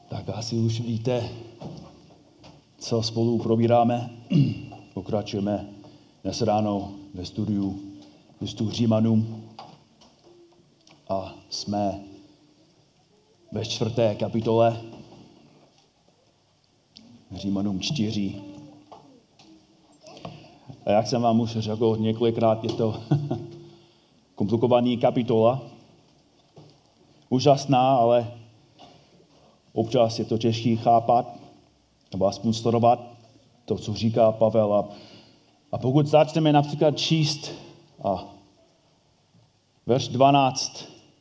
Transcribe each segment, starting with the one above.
Tak asi už víte, co spolu probíráme. Pokračujeme dnes ráno ve studiu listu Římanům a jsme ve 4. kapitole Římanům 4. A jak jsem vám už řekl několikrát, je to komplikovaný kapitola. Úžasná, ale občas je to těžké chápat, nebo aspoň sledovat to, co říká Pavel. A pokud začneme například číst verš 12,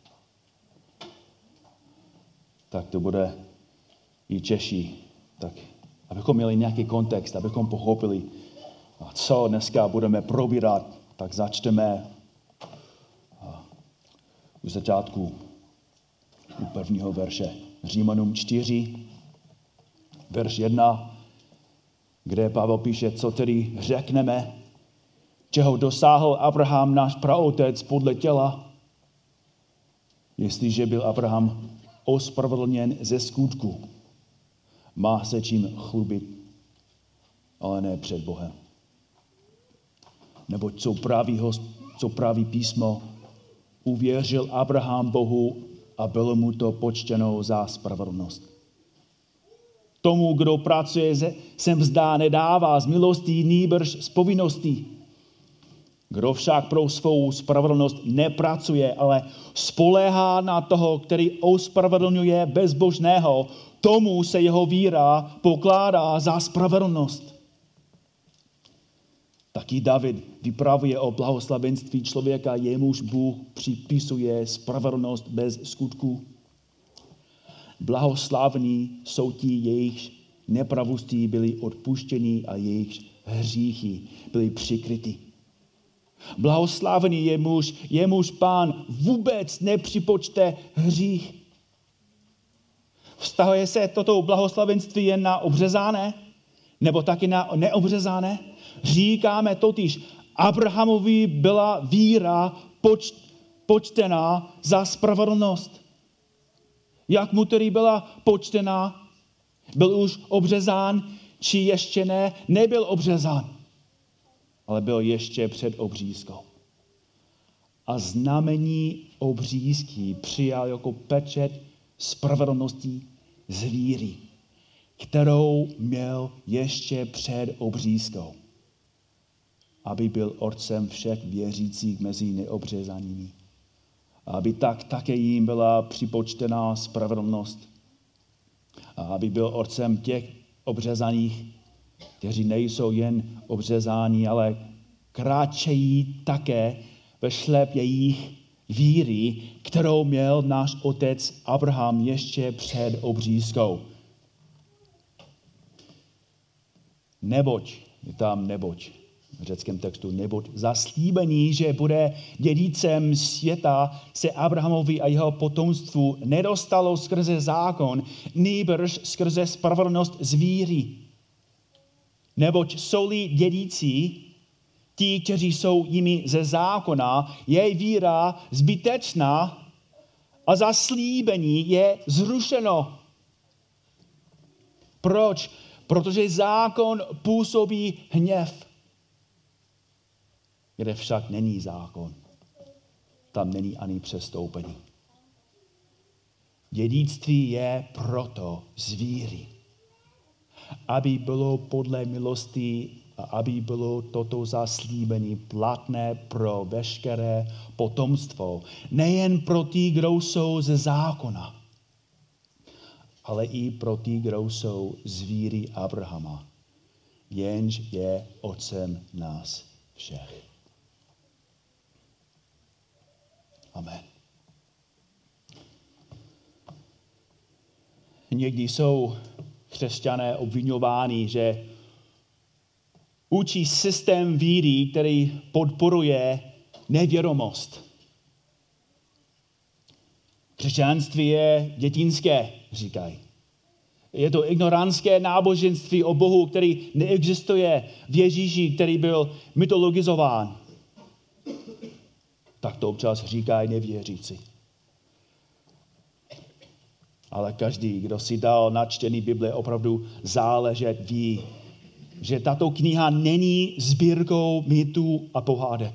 tak to bude i těžší. Tak abychom měli nějaký kontext, abychom pochopili, co dneska budeme probírat, tak začneme u začátku, u prvního verše. Římanům 4, verš 1, kde Pavel píše, co tedy řekneme, čeho dosáhl Abraham, náš praotec, podle těla, jestliže byl Abraham ospravedlněn ze skutku. Má se čím chlubit, ale ne před Bohem. Nebo co praví písmo, uvěřil Abraham Bohu a bylo mu to počteno za spravedlnost. Tomu, kdo pracuje, se mzda nedává z milostí, nýbrž z povinností. Kdo však pro svou spravedlnost nepracuje, ale spoléhá na toho, který ospravedlňuje bezbožného, tomu se jeho víra pokládá za spravedlnost. Taky David vypravuje o blahoslavenství člověka, jemuž Bůh připisuje spravedlnost bez skutků. Blahoslavní jsou ti, jejichž nepravosti byly odpuštěny a jejichž hříchy byly přikryty. Blahoslavný jemuž Pán vůbec nepřipočte hřích. Vztahuje se toto blahoslavenství jen na obřezané, nebo taky na neobřezané? Říkáme totiž, Abrahamovi byla víra počtená za spravedlnost. Jak mu tedy byla počtená? Byl už obřezán, či ještě ne? Nebyl obřezán, ale byl ještě před obřízkou. A znamení obřízky přijal jako pečet spravedlnosti z víry, kterou měl ještě před obřízkou, aby byl otcem všech věřících mezi neobřezanými. Aby tak také jim byla připočtená spravedlnost. A aby byl otcem těch obřezaných, kteří nejsou jen obřezáni, ale kráčejí také ve šlep jejich víry, kterou měl náš otec Abraham ještě před obřízkou. Neboť, je tam neboť, v řeckém textu, neboť zaslíbení, že bude dědicem světa, se Abrahamovi a jeho potomstvu nedostalo skrze zákon, nýbrž skrze spravedlnost z víry. Neboť jsou-li dědící, ti, kteří jsou jimi ze zákona, je víra zbytečná a zaslíbení je zrušeno. Proč? Protože zákon působí hněv. Kde však není zákon, tam není ani přestoupení. Dědictví je proto z víry, aby bylo podle milosti a aby bylo toto zaslíbení platné pro veškeré potomstvo, nejen pro ty, kdo jsou ze zákona, ale i pro ty, kdo jsou z víry Abrahama, jenž je otcem nás všech. Amen. Někdy jsou křesťané obviňováni, že učí systém víry, který podporuje nevědomost. Křesťanství je dětinské, říkají. Je to ignorantské náboženství o Bohu, který neexistuje, v Ježíši, který byl mytologizován. Tak to občas říkají nevěřící. Ale každý, kdo si dal na čtení Bible opravdu záležet, ví, že tato kniha není sbírkou mýtů a pohádek.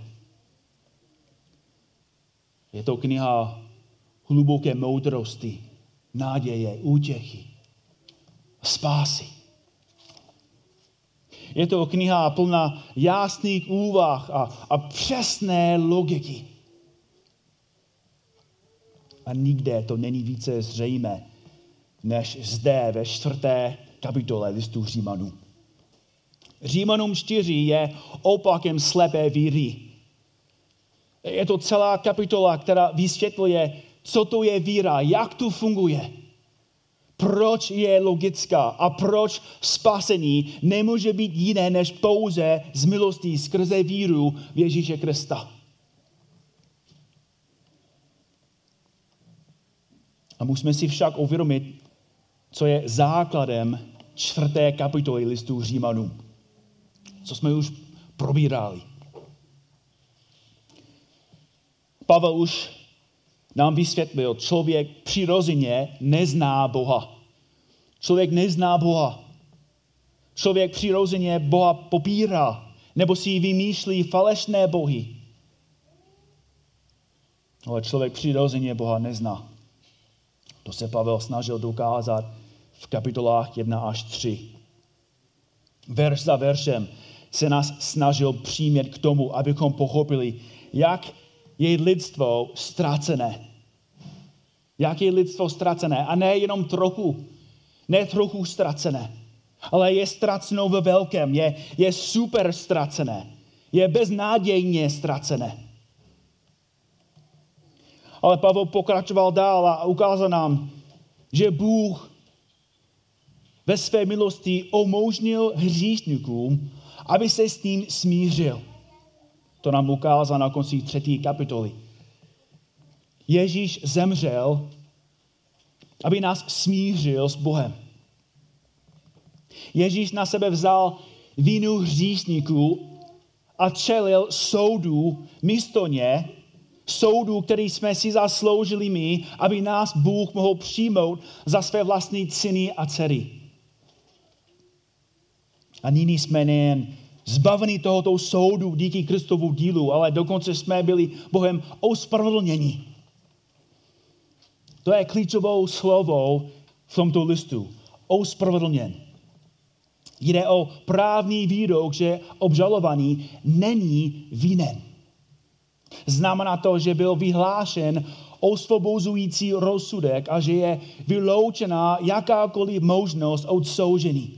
Je to kniha hluboké moudrosti, naděje, útěchy, spásy. Je to kniha plná jasných úvah a přesné logiky. A nikde to není více zřejmé, než zde ve 4. kapitole listu Římanů. Římanům 4 je opakem slepé víry. Je to celá kapitola, která vysvětluje, co to je víra, jak to funguje, proč je logická a proč spasení nemůže být jiné než pouze z milosti skrze víru v Ježíše Krista. A musíme si však uvědomit, co je základem 4. kapitoly listu Římanů, co jsme už probírali. Pavel už nám vysvětlil, člověk přirozeně nezná Boha. Člověk nezná Boha. Člověk přirozeně Boha popírá nebo si vymýšlí falešné bohy. Ale člověk přirozeně Boha nezná. To se Pavel snažil dokázat v kapitolách 1 až 3. Verš za veršem se nás snažil přimět k tomu, abychom pochopili, jak je lidstvo ztracené. Jak je lidstvo ztracené. A ne jenom trochu. Ne trochu ztracené. Ale je ztraceno ve velkém. Je super ztracené. Je beznadějně ztracené. Ale Pavel pokračoval dál a ukázal nám, že Bůh ve své milosti umožnil hříšníkům, aby se s tím smířil. To nám ukázal na konci 3. kapitoly. Ježíš zemřel, aby nás smířil s Bohem. Ježíš na sebe vzal vinu hříšníků a čelil soudu místo ně, soudu, který jsme si zasloužili my, aby nás Bůh mohl přijmout za své vlastní syny a dcery. A nyní jsme nejen zbaveni tohoto soudu díky Kristovu dílu, ale dokonce jsme byli Bohem ospravedlněni. To je klíčové slovo v tomto listu. Ospravedlněn. Jde o právní výrok, že obžalovaný není vinen. Znamená to, že byl vyhlášen osvobozující rozsudek a že je vyloučena jakákoliv možnost odsoužení.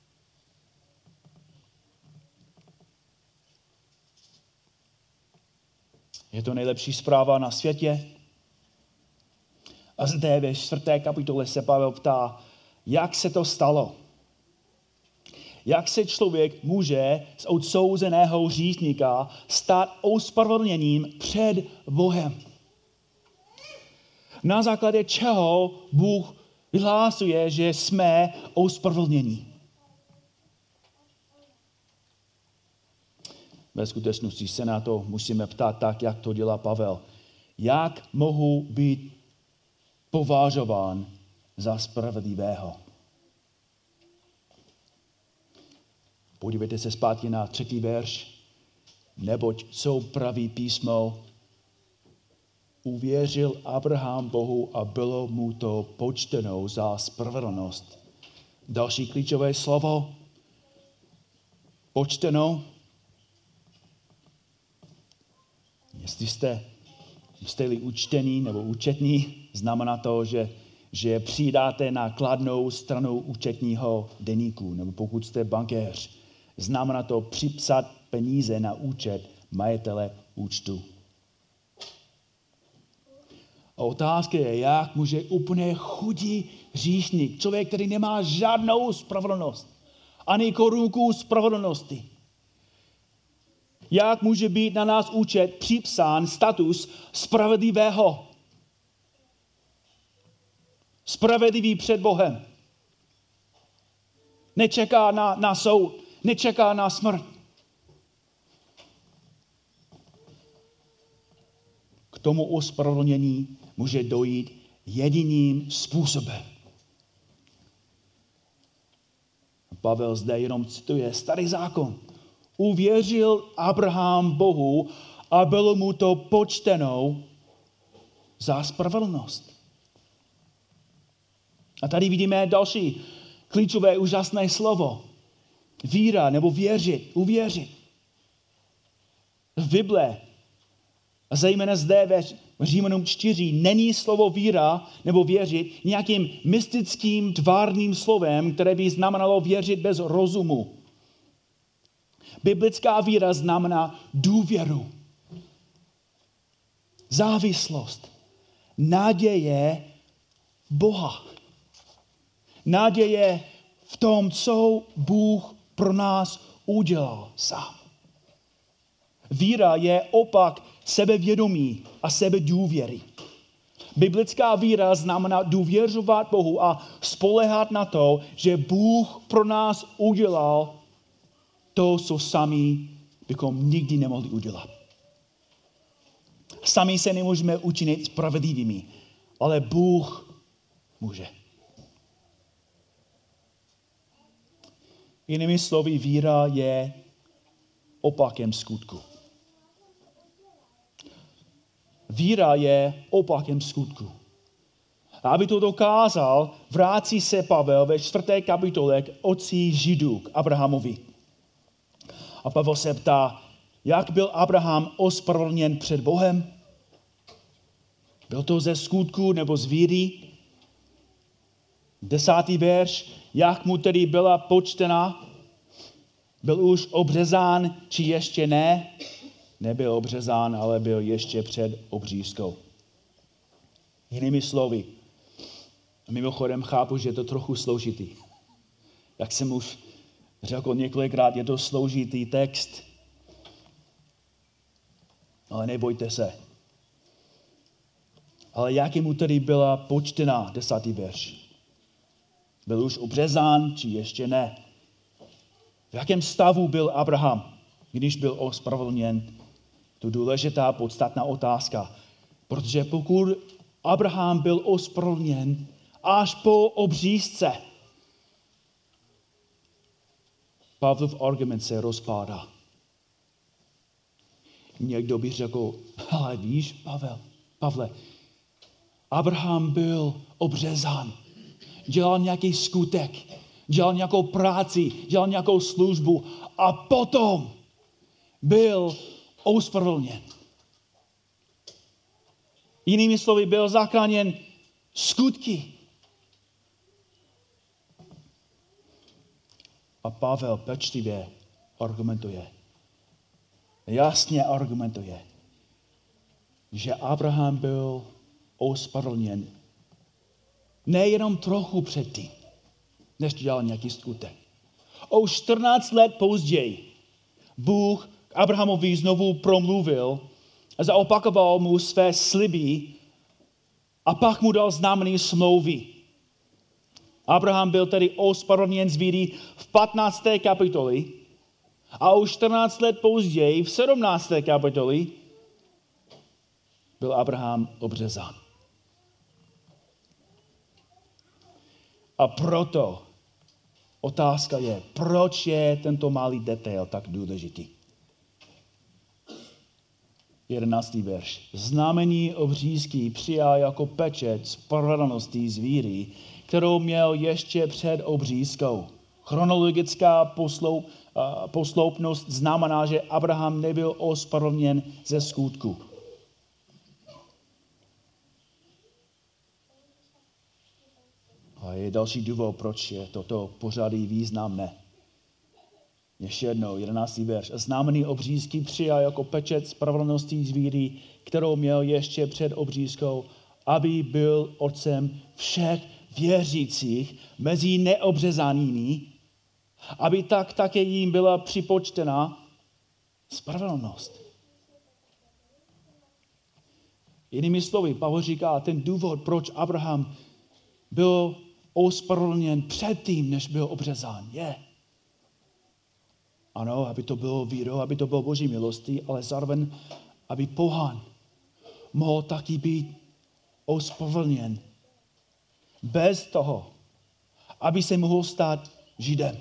Je to nejlepší zpráva na světě. A zde ve 4. kapitole se Pavel ptá, jak se to stalo. Jak se člověk může z odsouzeného hříšníka stát ospravedlněným před Bohem? Na základě čeho Bůh vyhlásuje, že jsme ospravedlnění? Ve skutečnosti se na to musíme ptát tak, jak to dělá Pavel. Jak mohu být považován za spravedlivého? Podívejte se zpátky na 3. verš. Neboť co praví písmo, uvěřil Abraham Bohu a bylo mu to počteno za spravedlnost. Další klíčové slovo. Počteno. Jestli jste-li účtený nebo účetní, znamená to, že přidáte na kladnou stranu účetního deníku, nebo pokud jste bankéř, znamená to připsat peníze na účet majitele účtu. A otázka je, jak může úplně chudý hříšník, člověk, který nemá žádnou spravedlnost, ani korunku spravedlnosti, jak může být na nás účet připsán status spravedlivého. Spravedlivý před Bohem. Nečeká na soud, nečeká na smrt. K tomu ospravedlnění může dojít jediným způsobem. Pavel zde jenom cituje Starý zákon. Uvěřil Abraham Bohu a bylo mu to počteno za spravedlnost. A tady vidíme další klíčové úžasné slovo. Víra nebo věřit, uvěřit. V Bible, a zejména zde ve Římanům 4, není slovo víra nebo věřit nějakým mystickým tvárným slovem, které by znamenalo věřit bez rozumu. Biblická víra znamená důvěru, závislost, naděje v Boha. Naděje v tom, co Bůh pro nás udělal sám. Víra je opak sebevědomí a sebedůvěry. Biblická víra znamená důvěřovat Bohu a spoléhat na to, že Bůh pro nás udělal to, co sami bychom nikdy nemohli udělat. Sami se nemůžeme učinit spravedlivými, ale Bůh může. Jinými slovy, víra je opakem skutku. Víra je opakem skutku. A aby to dokázal, vrátí se Pavel ve 4. kapitole k otci Židů, k Abrahamovi. A Pavel se ptá, jak byl Abraham ospravedlněn před Bohem? Byl to ze skutku nebo z víry? 10. verš, jak mu tedy byla počtena? Byl už obřezán, či ještě ne? Nebyl obřezán, ale byl ještě před obřízkou. Jinými slovy, a mimochodem chápu, že je to trochu složitý. Jak jsem už řekl několikrát, je to složitý text. Ale nebojte se. Ale jak mu tedy byla počtena, 10. verš? Byl už obřezán, či ještě ne? V jakém stavu byl Abraham, když byl ospravedlněn? To je důležitá, podstatná otázka. Protože pokud Abraham byl ospravedlněn až po obřízce, Pavlov argument se rozpádá. Někdo by řekl, ale víš, Pavle, Abraham byl obřezán, dělal nějaký skutek, dělal nějakou práci, dělal nějakou službu a potom byl ospravedlněn. Jinými slovy, byl zachráněn skutky. A Pavel pečlivě argumentuje, jasně argumentuje, že Abraham byl ospravedlněn nejenom trochu předtím, než dělal nějaký skutek. O 14 let později Bůh k Abrahamovi znovu promluvil a zaopakoval mu své sliby a pak mu dal znamení smlouvy. Abraham byl tedy ospravedlněn z víry v 15. kapitoli a o 14 let později v 17. kapitoli byl Abraham obřezán. A proto otázka je, proč je tento malý detail tak důležitý? 11. verš. Znamení obřízky přijal jako pečet spravedlnosti z víry, kterou měl ještě před obřízkou. Chronologická posloupnost znamená, že Abraham nebyl ospravedlněn ze skutku. A je další důvod, proč je toto pořadí významné. Ještě jednou, 11. verš. Znamený obřízky přijal jako pečet spravedlnosti z víry, kterou měl ještě před obřízkou, aby byl otcem všech věřících mezi neobřezanými, aby tak také jim byla připočtena spravedlnost. Jinými slovy, Pavel říká, ten důvod, proč Abraham byl ospravedlněn předtím, než byl obřezán, je. Ano, aby to bylo vírou, aby to bylo Boží milostí, ale zároveň, aby pohan mohl taky být ospravedlněn bez toho, aby se mohl stát Židem.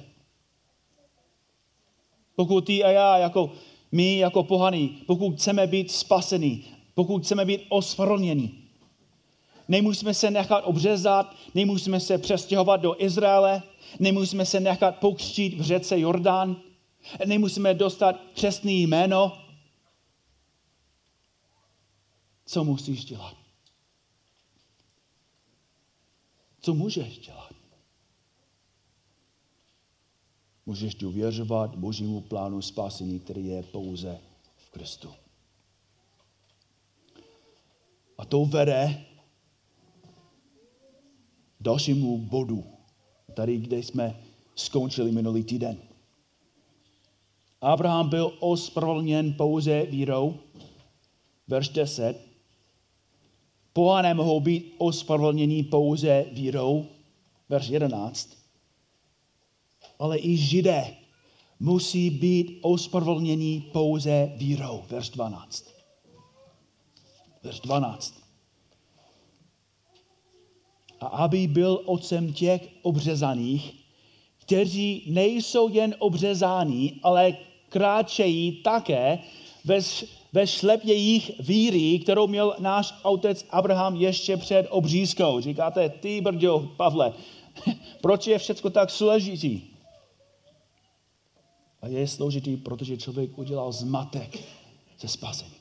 Pokud ty a já, my jako pohaní, pokud chceme být spasení, pokud chceme být ospravedlněni, nemusíme se nechat obřezat, nemusíme se přestěhovat do Izraele, nemusíme se nechat pokřtít v řece Jordán, nemusíme dostat křestné jméno. Co musíš dělat? Co můžeš dělat? Můžeš důvěřovat Božímu plánu spásení, který je pouze v Kristu. A to vede dalšímu bodu, tady, kde jsme skončili minulý týden. Abraham byl ospravedlněn pouze vírou, verš 10. Pohané mohou být ospravedlněni pouze vírou, verš 11. Ale i Židé musí být ospravedlněni pouze vírou, verš 12. Verš 12. A aby byl otcem těch obřezaných, kteří nejsou jen obřezáni, ale kráčejí také ve šlepě jejich víry, kterou měl náš otec Abraham ještě před obřízkou. Říkáte, ty brďo, Pavle, proč je všechno tak složitý? A je složitý, protože člověk udělal zmatek se spasením.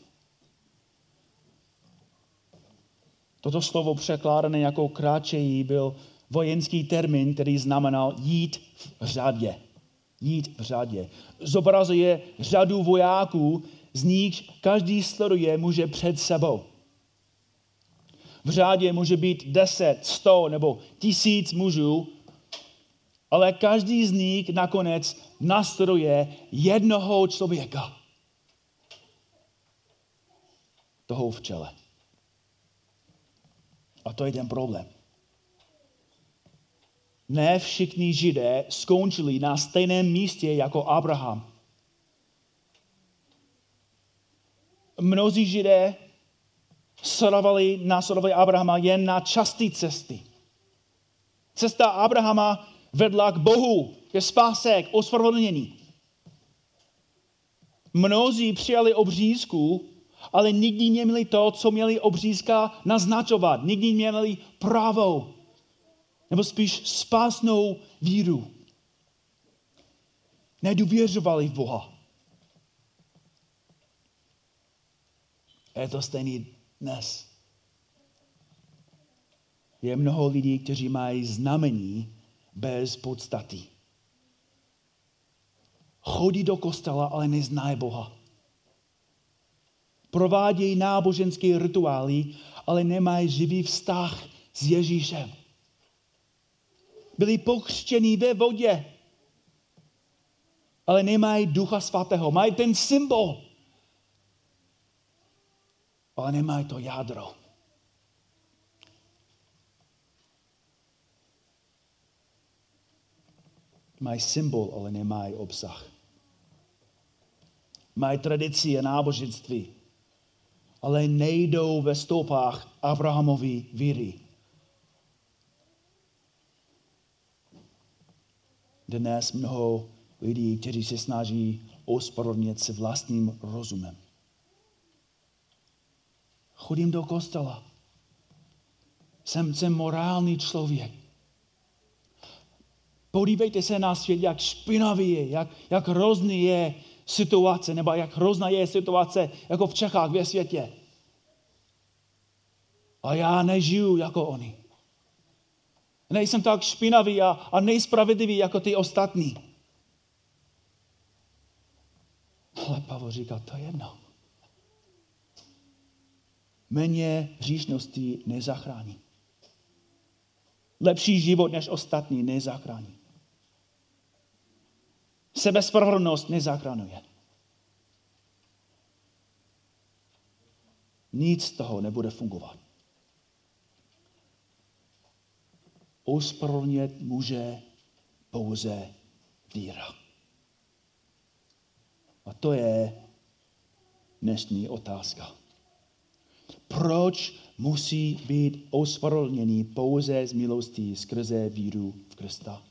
Toto slovo překládané jako kráčejí byl vojenský termín, který znamenal jít v řadě. Jít v řadě. Zobrazuje řadu vojáků, z nich každý sleduje muže před sebou. V řadě může být 10, 100 nebo 1000 mužů, ale každý z nich nakonec následuje jednoho člověka. Toho v čele. A to je ten problém. Ne všichni Židé skončili na stejném místě jako Abraham. Mnozí Židé následovali Abrahama jen na části cesty. Cesta Abrahama vedla k Bohu, ke spáse, k ospravedlnění. Mnozí přijali obřízku, ale nikdy neměli to, co měli obřízka naznačovat. Nikdy neměli právo, nebo spíš spásnou víru. Nedůvěřovali v Boha. Je to stejný dnes. Je mnoho lidí, kteří mají znamení bez podstaty. Chodí do kostela, ale neznají Boha. Provádějí náboženské rituály, ale nemají živý vztah s Ježíšem. Byli pokřtěni ve vodě, ale nemají Ducha Svatého. Mají ten symbol, ale nemají to jádro. Mají symbol, ale nemají obsah. Mají tradici a náboženství, ale nejdou ve stopách Abrahamovy víry. Dnes mnoho lidí, kteří se snaží ospravedlnit se vlastním rozumem. Chodím do kostela. Jsem morální člověk. Podívejte se na svět, jak špinavý je, jak hrozný je situace, nebo jak hrozná je situace jako v Čechách ve světě. A já nežiju jako oni. Nejsem tak špinavý a nejspravedlivý jako ty ostatní. Ale Pavel říká, to je jedno. Méně hříšnosti nezachrání. Lepší život než ostatní nezachrání. Sebespravedlnost nezachraňuje. Nic z toho nebude fungovat. Ospravedlnit může pouze víra. A to je dnešní otázka. Proč musí být ospravedlněni pouze z milosti skrze víru v Krista.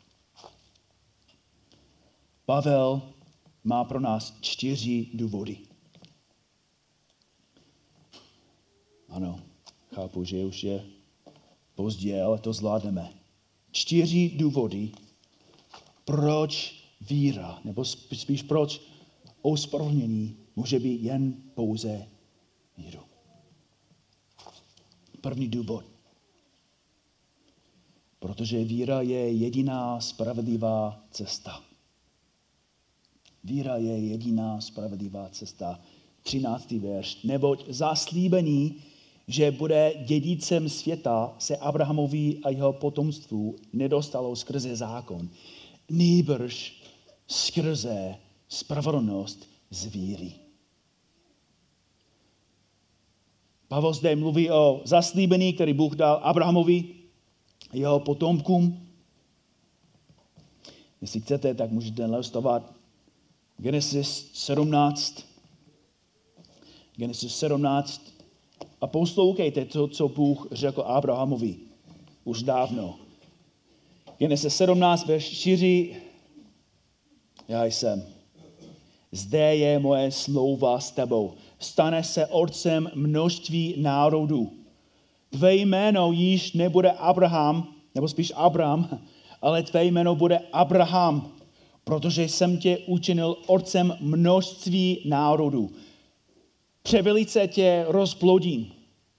Pavel má pro nás 4 důvody. Ano, chápu, že už je pozdě, ale to zvládneme. 4 důvody, proč víra, nebo spíš proč ospravedlnění může být jen pouze víru. První důvod. Protože víra je jediná spravedlivá cesta. Víra je jediná spravedlivá cesta. 13. verš. Neboť zaslíbení, že bude dědicem světa, se Abrahamovi a jeho potomstvu nedostalo skrze zákon, nýbrž skrze spravedlnost z víry. Pavel zde mluví o zaslíbení, který Bůh dal Abrahamovi a jeho potomkům. Jestli chcete, tak můžete listovat Genesis 17. Genesis 17. A poslouchejte to, co Bůh řekl Abrahamovi už dávno. Genesis 17, verš 4. Já jsem. Zde je moje smlouva s tebou. Stane se otcem množství národů. Tvé jméno již nebude Abraham, nebo spíš Abram, ale tvé jméno bude Abraham, protože jsem tě učinil otcem množství národů. Převelice tě rozplodím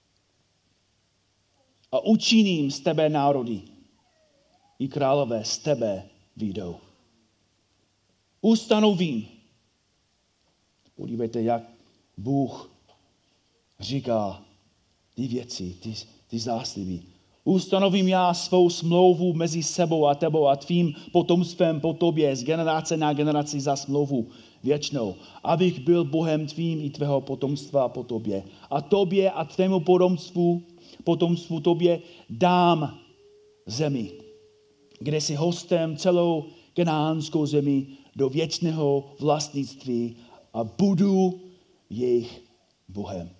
a učiním z tebe národy. I králové z tebe vyjdou. Ustanovím. Podívejte, jak Bůh říká ty věci, ty zásliby. Ustanovím já svou smlouvu mezi sebou a tebou a tvým potomstvem po tobě z generace na generaci za smlouvu věčnou, abych byl Bohem tvým i tvého potomstva po tobě. A tobě a tvému potomstvu tobě dám zemi, kde jsi hostem celou kenánskou zemi do věčného vlastnictví a budu jejich Bohem.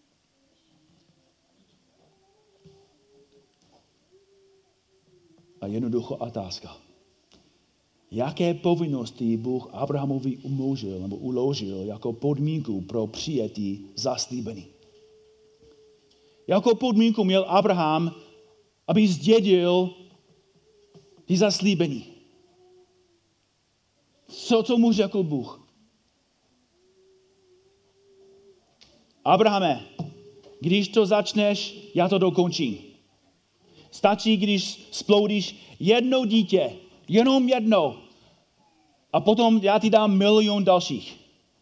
A jednoduchá otázka. Jaké povinnosti Bůh Abrahamovi uložil jako podmínku pro přijetí zaslíbení? Jakou podmínku měl Abraham, aby zdědil ty zaslíbení? Co mu řekl Bůh? Abrahame, když to začneš, já to dokončím. Stačí, když sploudíš jedno dítě, jenom jednou. A potom já ti dám 1 000 000 dalších.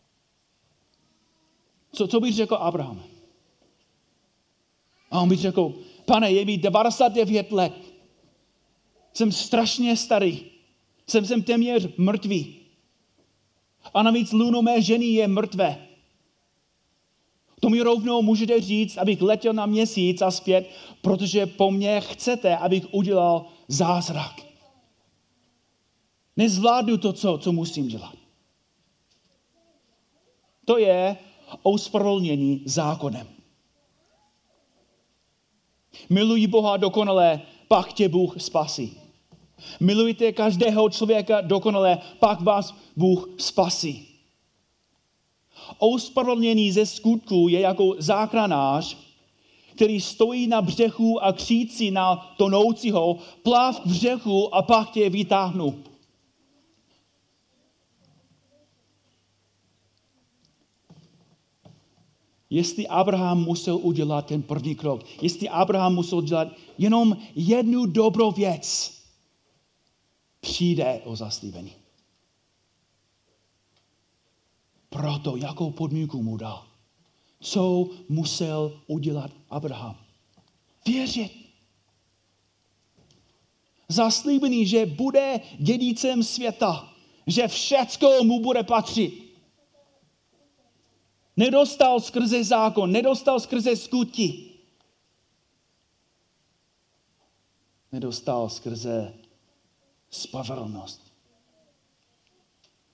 Co bych řekl Abraham? A on by řekl, pane, je mi 99 let. Jsem strašně starý. Jsem téměř mrtvý. A navíc luno mé ženy je mrtvé. To mi rovnou můžete říct, abych letěl na Měsíc a zpět, protože po mně chcete, abych udělal zázrak. Nezvládnu to, co musím dělat. To je ospravedlnění zákonem. Miluj Boha dokonale, pak tě Bůh spasí. Milujte každého člověka dokonale, pak vás Bůh spasí. Ospravedlnění ze skutku je jako záchranář, který stojí na břehu a křičí na tonoucího, plav k břehu a pak tě vytáhnu. Jestli Abraham musel udělat ten první krok, jestli Abraham musel dělat jenom jednu dobrou věc, přijde o zaslíbení. Proto jakou podmínku mu dal? Co musel udělat Abraham? Věřit. Zaslíbení, že bude dědicem světa, že všecko mu bude patřit. Nedostal skrze zákon, nedostal skrze skutky. Nedostal skrze spravedlnost.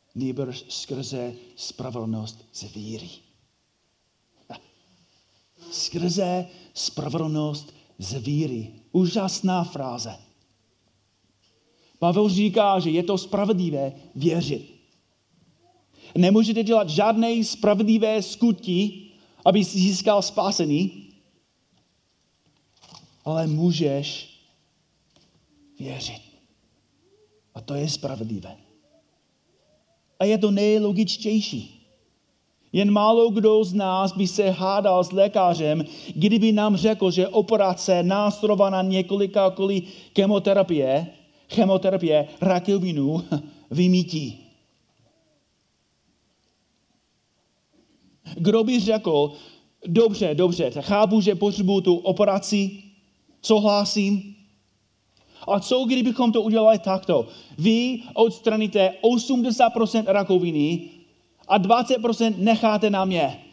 Nýbrž skrze spravedlnost z víry. skrze spravedlnost z víry. Úžasná fráze. Pavel říká, že je to spravedlivé věřit. Nemůžete dělat žádné spravedlivé skutky, aby získal spasení, ale můžeš věřit. A to je spravedlivé. A je to nejlogičtější. Jen málo kdo z nás by se hádal s lékařem, kdyby nám řekl, že operace následovaná několika koly chemoterapie rakovinu vymítí. Kdo by řekl, dobře, chápu, že potřebuju tu operaci, souhlasím. A co kdybychom to udělali takto? Vy odstraníte 80% rakoviny a 20% necháte na mě.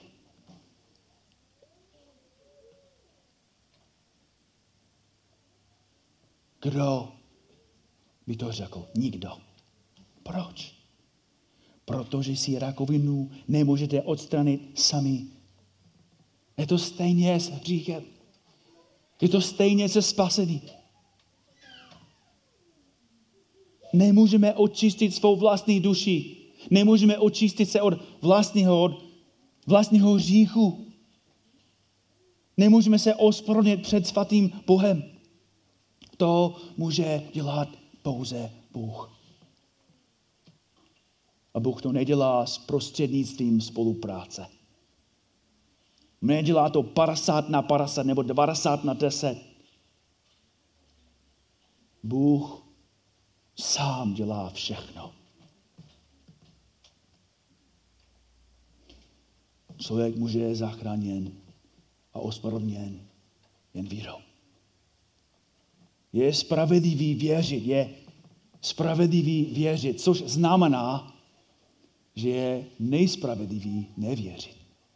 Kdo by to řekl? Nikdo. Proč? Protože si rakovinu nemůžete odstranit sami. Je to stejně s hříchem. Je to stejně se spasením. Nemůžeme očistit svou vlastní duši. Nemůžeme očistit se od vlastního hříchu. Nemůžeme se ospravedlnit před svatým Bohem. To může dělat pouze Bůh. A Bůh to nedělá s prostřednictvím spolupráce. Nedělá to 50/50 nebo 20/10. Bůh sám dělá všechno. Člověk může zachráněn a ospravedlněn jen vírou. Je spravedlivý věřit, což znamená, že je nejspravedlivý nevěřit.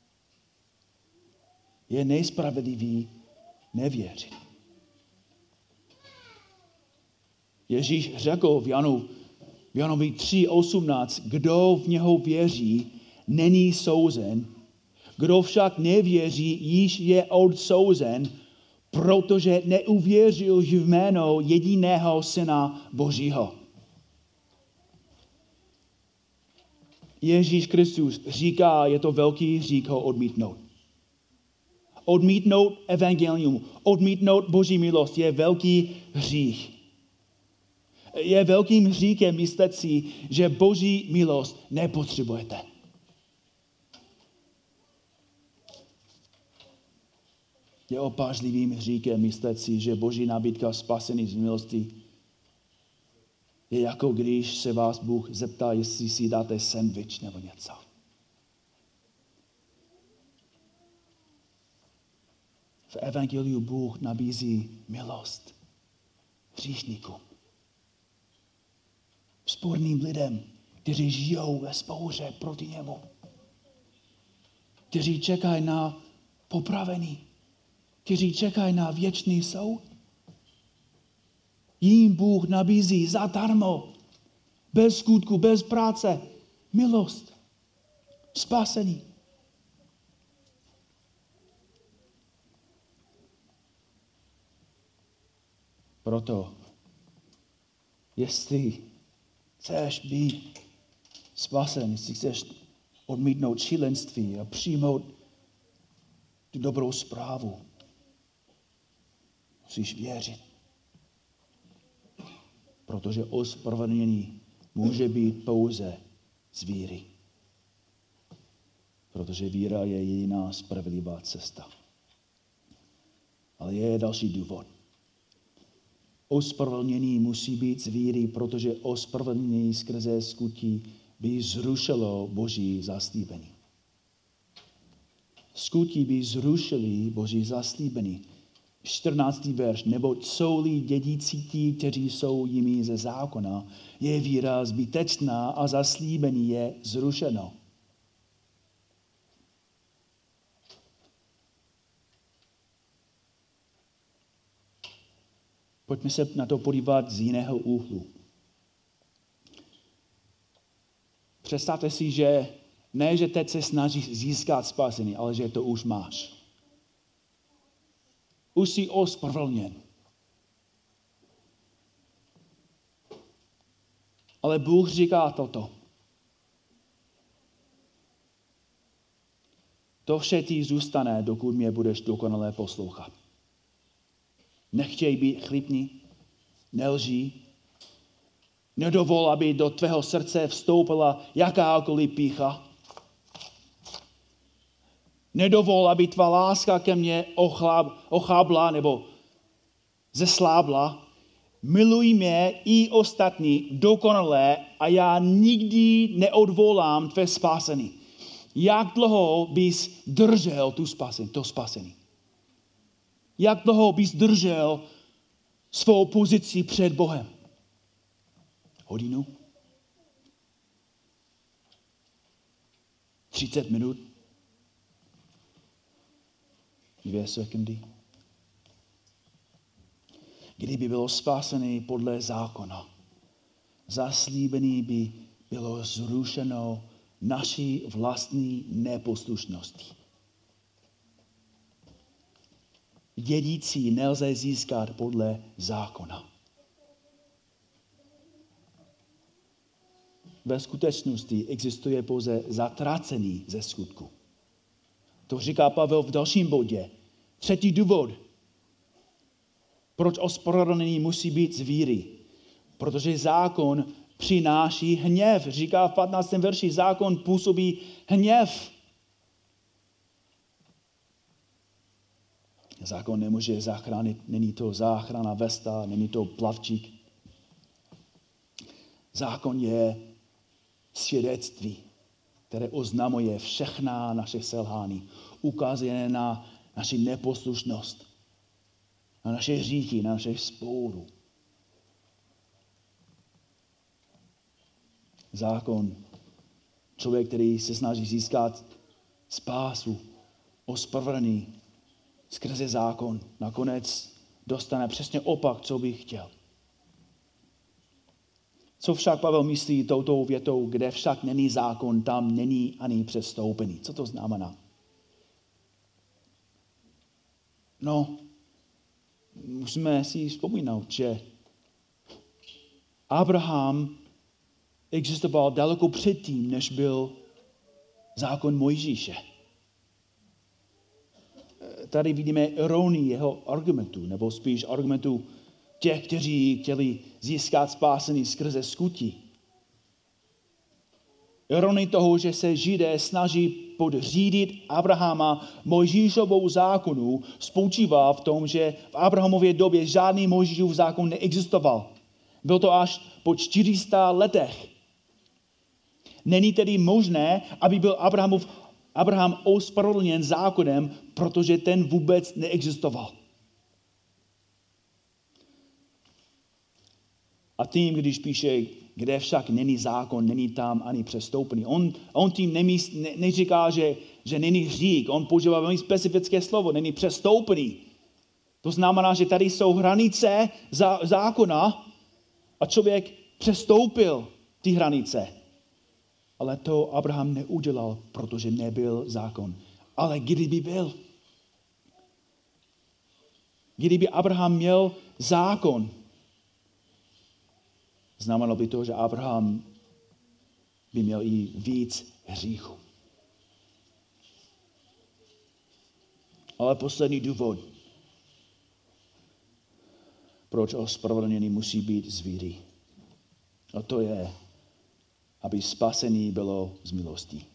Je nejspravedlivý nevěřit. Ježíš řekl v Janovi 3:18, kdo v něho věří, není souzen, kdo však nevěří, již je odsouzen, protože neuvěřil v jméno jediného Syna Božího. Ježíš Kristus říká, je to velký hřích ho odmítnout. Odmítnout evangelium, odmítnout Boží milost je velký hřích. Je velkým hříchem myslet si, že Boží milost nepotřebujete. Je opažlivým hříchem myslet si, že Boží nabídka spasení z milosti je jako když se vás Bůh zeptá, jestli si dáte sendvič nebo něco. V evangeliu Bůh nabízí milost hříšníkům. Sporným lidem, kteří žijou ve spouře proti němu. Kteří čekají na popravení. Kteří čekají na věčný soud. Jím Bůh nabízí zadarmo, bez skutku, bez práce, milost, spasení. Proto, jestli chceš být spasen, jestli chceš odmítnout šílenství a přijmout tu dobrou zprávu, musíš věřit. Protože ospravedlnění může být pouze z víry. Protože víra je jediná spravedlivá cesta. Ale je další důvod. Ospravedlnění musí být z víry, protože ospravedlnění skrze skutky by zrušilo Boží zaslíbení. Skutky by zrušily Boží zaslíbení. 14. verš, neboť jsou-li dědící ti, kteří jsou jimi ze zákona, je víra zbytečná a zaslíbení je zrušeno. Pojďme se na to podívat z jiného úhlu. Představte si, že ne, že teď se snažíš získat spasení, ale že to už máš. Už jsi ospravedlněn. Ale Bůh říká toto. To vše ti zůstane, dokud mě budeš dokonale poslouchat. Nechtěj být chlípný, nelží. Nedovol, aby do tvého srdce vstoupila jakákoliv pýcha. Nedovol, aby tvá láska ke mně ochábla nebo zeslábla. Miluj mě i ostatní dokonale a já nikdy neodvolám tvé spasení. Jak dlouho bys držel to spasení? Jak dlouho bys držel svou pozici před Bohem? Hodinu? 30 minut? 2 sekundy? Kdyby bylo spasený podle zákona, zaslíbený by bylo zrušeno naší vlastní neposlušností. Dědicí nelze získat podle zákona. Ve skutečnosti existuje pouze zatracený ze skutku. To říká Pavel v dalším bodě. 3. důvod. Proč ospravedlnění musí být z víry? Protože zákon přináší hněv. Říká v 15. verši, zákon působí hněv. Zákon nemůže zachránit, není to záchrana vesta, není to plavčík. Zákon je svědectví, které oznamuje všechna naše selhání. Ukazuje na naši neposlušnost, na naše hříchy, na naše spouru. Zákon, člověk, který se snaží získat spásu, ospravedlnění skrze zákon, nakonec dostane přesně opak, co by chtěl. Co však Pavel myslí touto větou, kde však není zákon, tam není ani přestoupení. Co to znamená? No, musíme si vzpomínat, že Abraham existoval daleko předtím, než byl zákon Mojžíše. Tady vidíme ironii jeho argumentu, nebo spíš argumentu těch, kteří chtěli získat spásení skrze skutí. Ironii toho, že se Židé snaží podřídit Abrahama Mojžíšovou zákonu, spočívá v tom, že v Abrahamově době žádný Mojžíšův zákon neexistoval. Byl to až po 400 letech. Není tedy možné, aby byl Abraham ospravedlněn zákonem, protože ten vůbec neexistoval. A tím, když píše, kde však není zákon, není tam ani přestoupení. On tím neříká, že není hřích. On používá velmi specifické slovo, není přestoupení. To znamená, že tady jsou hranice zákona a člověk přestoupil ty hranice. Ale to Abraham neudělal, protože nebyl zákon. Ale kdyby byl, kdyby Abraham měl zákon, znamenalo by to, že Abraham by měl i víc hříchu. Ale poslední důvod, proč ospravedlnění musí být z víry. A to je, aby spasení bylo z milosti.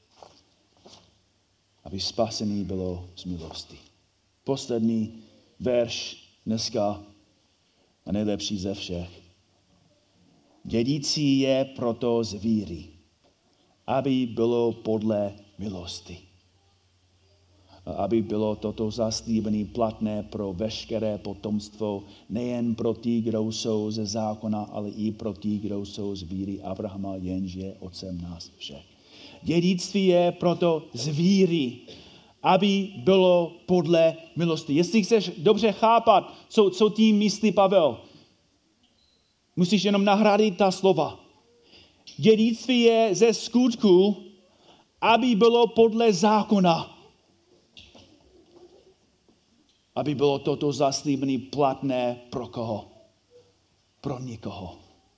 Aby spasení bylo z milosti. Poslední verš dneska a nejlepší ze všech. Dědící je proto z víry, aby bylo podle milosti. Aby bylo toto zaslíbení platné pro veškeré potomstvo, nejen pro ty, kdo jsou ze zákona, ale i pro ty, kdo jsou z víry Abrahama, jenž je otcem nás všech. Dědictví je proto z víry, aby bylo podle milosti. Jestli chceš dobře chápat, co tím myslí Pavel, musíš jenom nahradit ta slova. Dědictví je ze skutku, aby bylo podle zákona. aby bylo toto zaslíbení platné pro koho? Pro nikoho.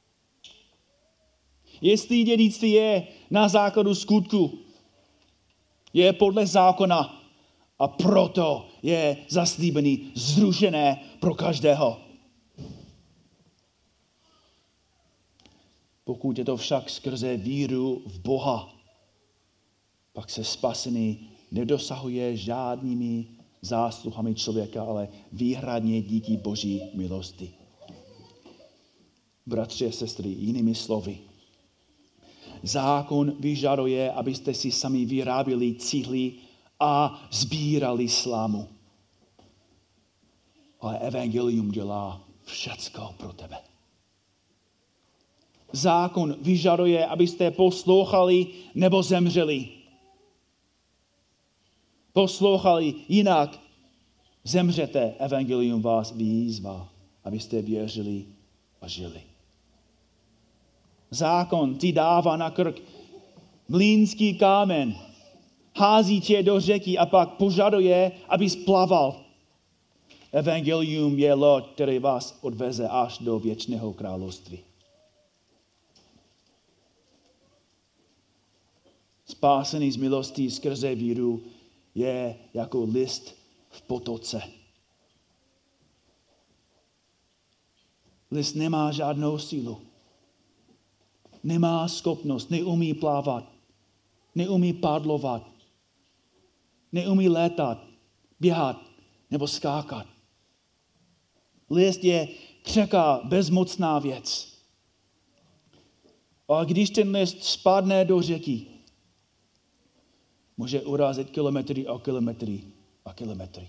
Jestli dědictví je na základu skutku, je podle zákona a proto je zaslíbení zrušené pro každého. Pokud je to však skrze víru v Boha, pak se spasení nedosahuje žádnými zásluhami člověka, ale výhradně díky Boží milosti. Bratři a sestry, jinými slovy, zákon vyžaduje, abyste si sami vyráběli cihly a sbírali slámu. Ale evangelium dělá všecko pro tebe. Zákon vyžaduje, abyste poslouchali nebo zemřeli. Poslouchali, jinak zemřete. Evangelium vás vyzývá, abyste věřili a žili. Zákon ti dává na krk mlýnský kámen, hází tě do řeky a pak požaduje, abys plaval. Evangelium je loď, který vás odveze až do věčného království. Spásený z milostí skrze víru je jako list v potoce. List nemá žádnou sílu. Nemá schopnost, neumí plávat, neumí padlovat, neumí létat, běhat nebo skákat. List je křehká, bezmocná věc. A když ten list spadne do řeky, může urazit kilometry a kilometry a kilometry.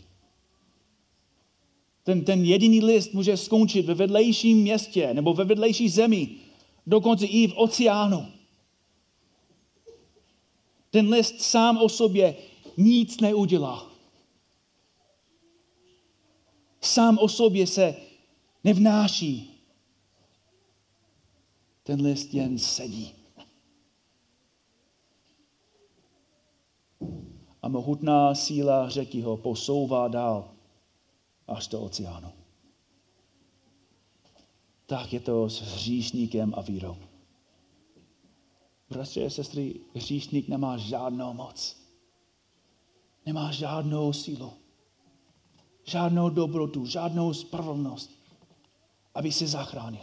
Ten jediný list může skončit ve vedlejším městě nebo ve vedlejší zemi, dokonce i v oceánu. Ten list sám o sobě nic neudělá. Sám o sobě se nevnáší. Ten list jen sedí. A mohutná síla řeky ho posouvá dál až do oceánu. Tak je to s hříšníkem a vírou. Bratři a sestry, hříšník nemá žádnou moc. Nemá žádnou sílu. Žádnou dobrotu, žádnou spravedlnost, aby se zachránil.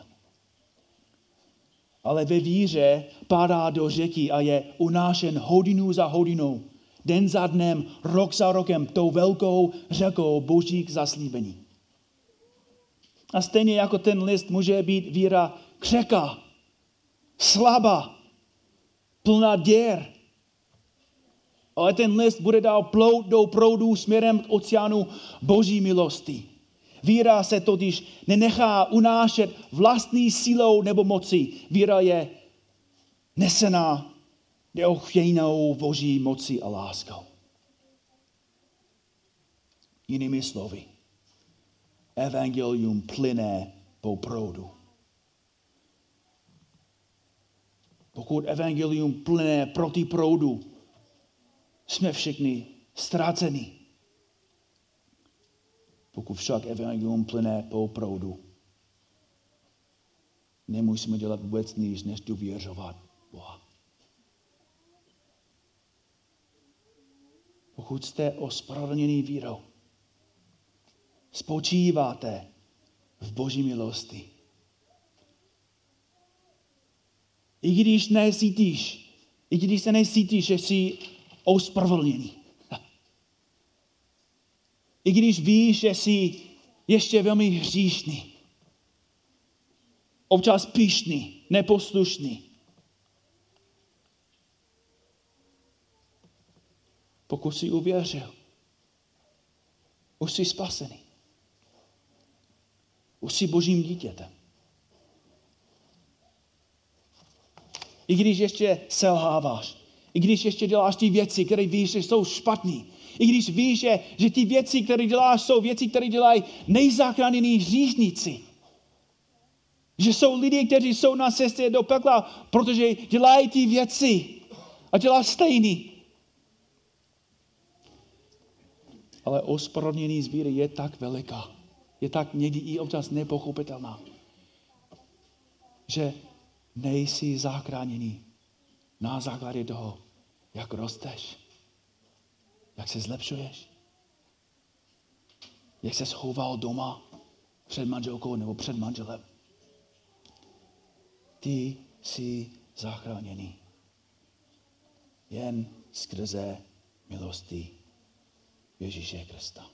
Ale ve víře padá do řeky a je unášen hodinu za hodinou, den za dnem, rok za rokem, tou velkou řekou božích zaslíbení. A stejně jako ten list může být víra křehká, slabá, plná děr. Ale ten list bude dál plout do proudu směrem k oceánu boží milosti. Víra se totiž nenechá unášet vlastní silou nebo mocí. Víra je nesená neochvějnou boží mocí a láskou. Jinými slovy, evangelium plyne po proudu. Pokud evangelium plyne proti proudu, jsme všichni ztraceni. Pokud však evangelium plyne po proudu, nemusíme dělat vůbec nic, než důvěřovat Boha. Pokud jste ospravedlněni vírou, spočíváte v boží milosti. I když se necítíš, že jsi ospravedlněný. I když víš, že jsi ještě velmi hříšný, občas pyšný, neposlušný. Pokud jsi uvěřil, už jsi spasený. Už jsi božím dítětem. I když ještě selháváš, i když ještě děláš ty věci, které víš, že jsou špatný, i když víš, že ty věci, které děláš, jsou věci, které dělají nejzachránění hříšníci. Že jsou lidi, kteří jsou na cestě do pekla, protože dělají ty věci a dělají stejný. Ale ospravedlnění z víry je tak veliká, je tak někdy i občas nepochopitelná, že nejsi zachráněný na základě toho, jak rosteš, jak se zlepšuješ, jak se schoval doma před manželkou nebo před manželem. Ty jsi zachráněný jen skrze milosti Ježíše Krista.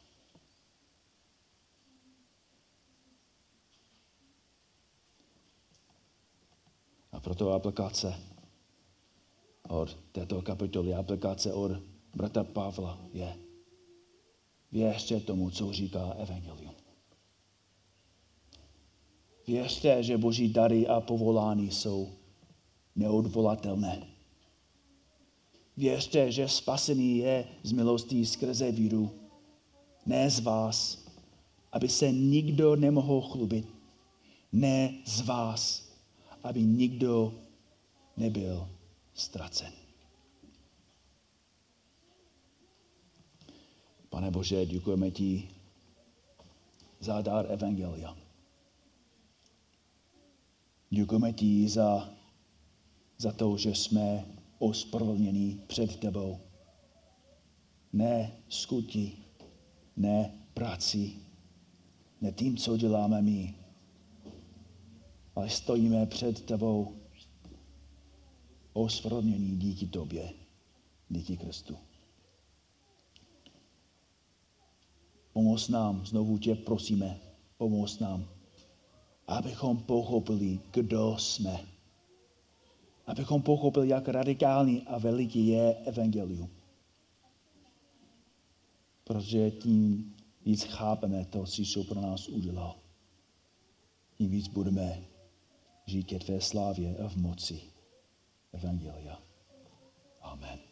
A proto aplikace od této kapitoly, aplikace od bratra Pavla je: věřte tomu, co říká evangelium. Věřte, že Boží dary a povolání jsou neodvolatelné. Věřte, že spasení je z milostí skrze víru, ne z vás, aby se nikdo nemohl chlubit, ne z vás, aby nikdo nebyl ztracen. Pane Bože, děkujeme ti za dar evangelia. Děkujeme ti za to, že jsme ospravedlnění před tebou. Ne skutky, ne prací, ne tím, co děláme my, ale stojíme před tebou ospravedlnění díky tobě, díky Kristu. Pomoz nám, znovu tě prosíme, pomoz nám, abychom pochopili, kdo jsme. Abychom pochopili, jak radikální a veliký je evangelium. Protože tím víc chápeme to, co jsi pro nás udělal. Tím víc budeme žít ke tvé slávě a v moci evangelia. Amen.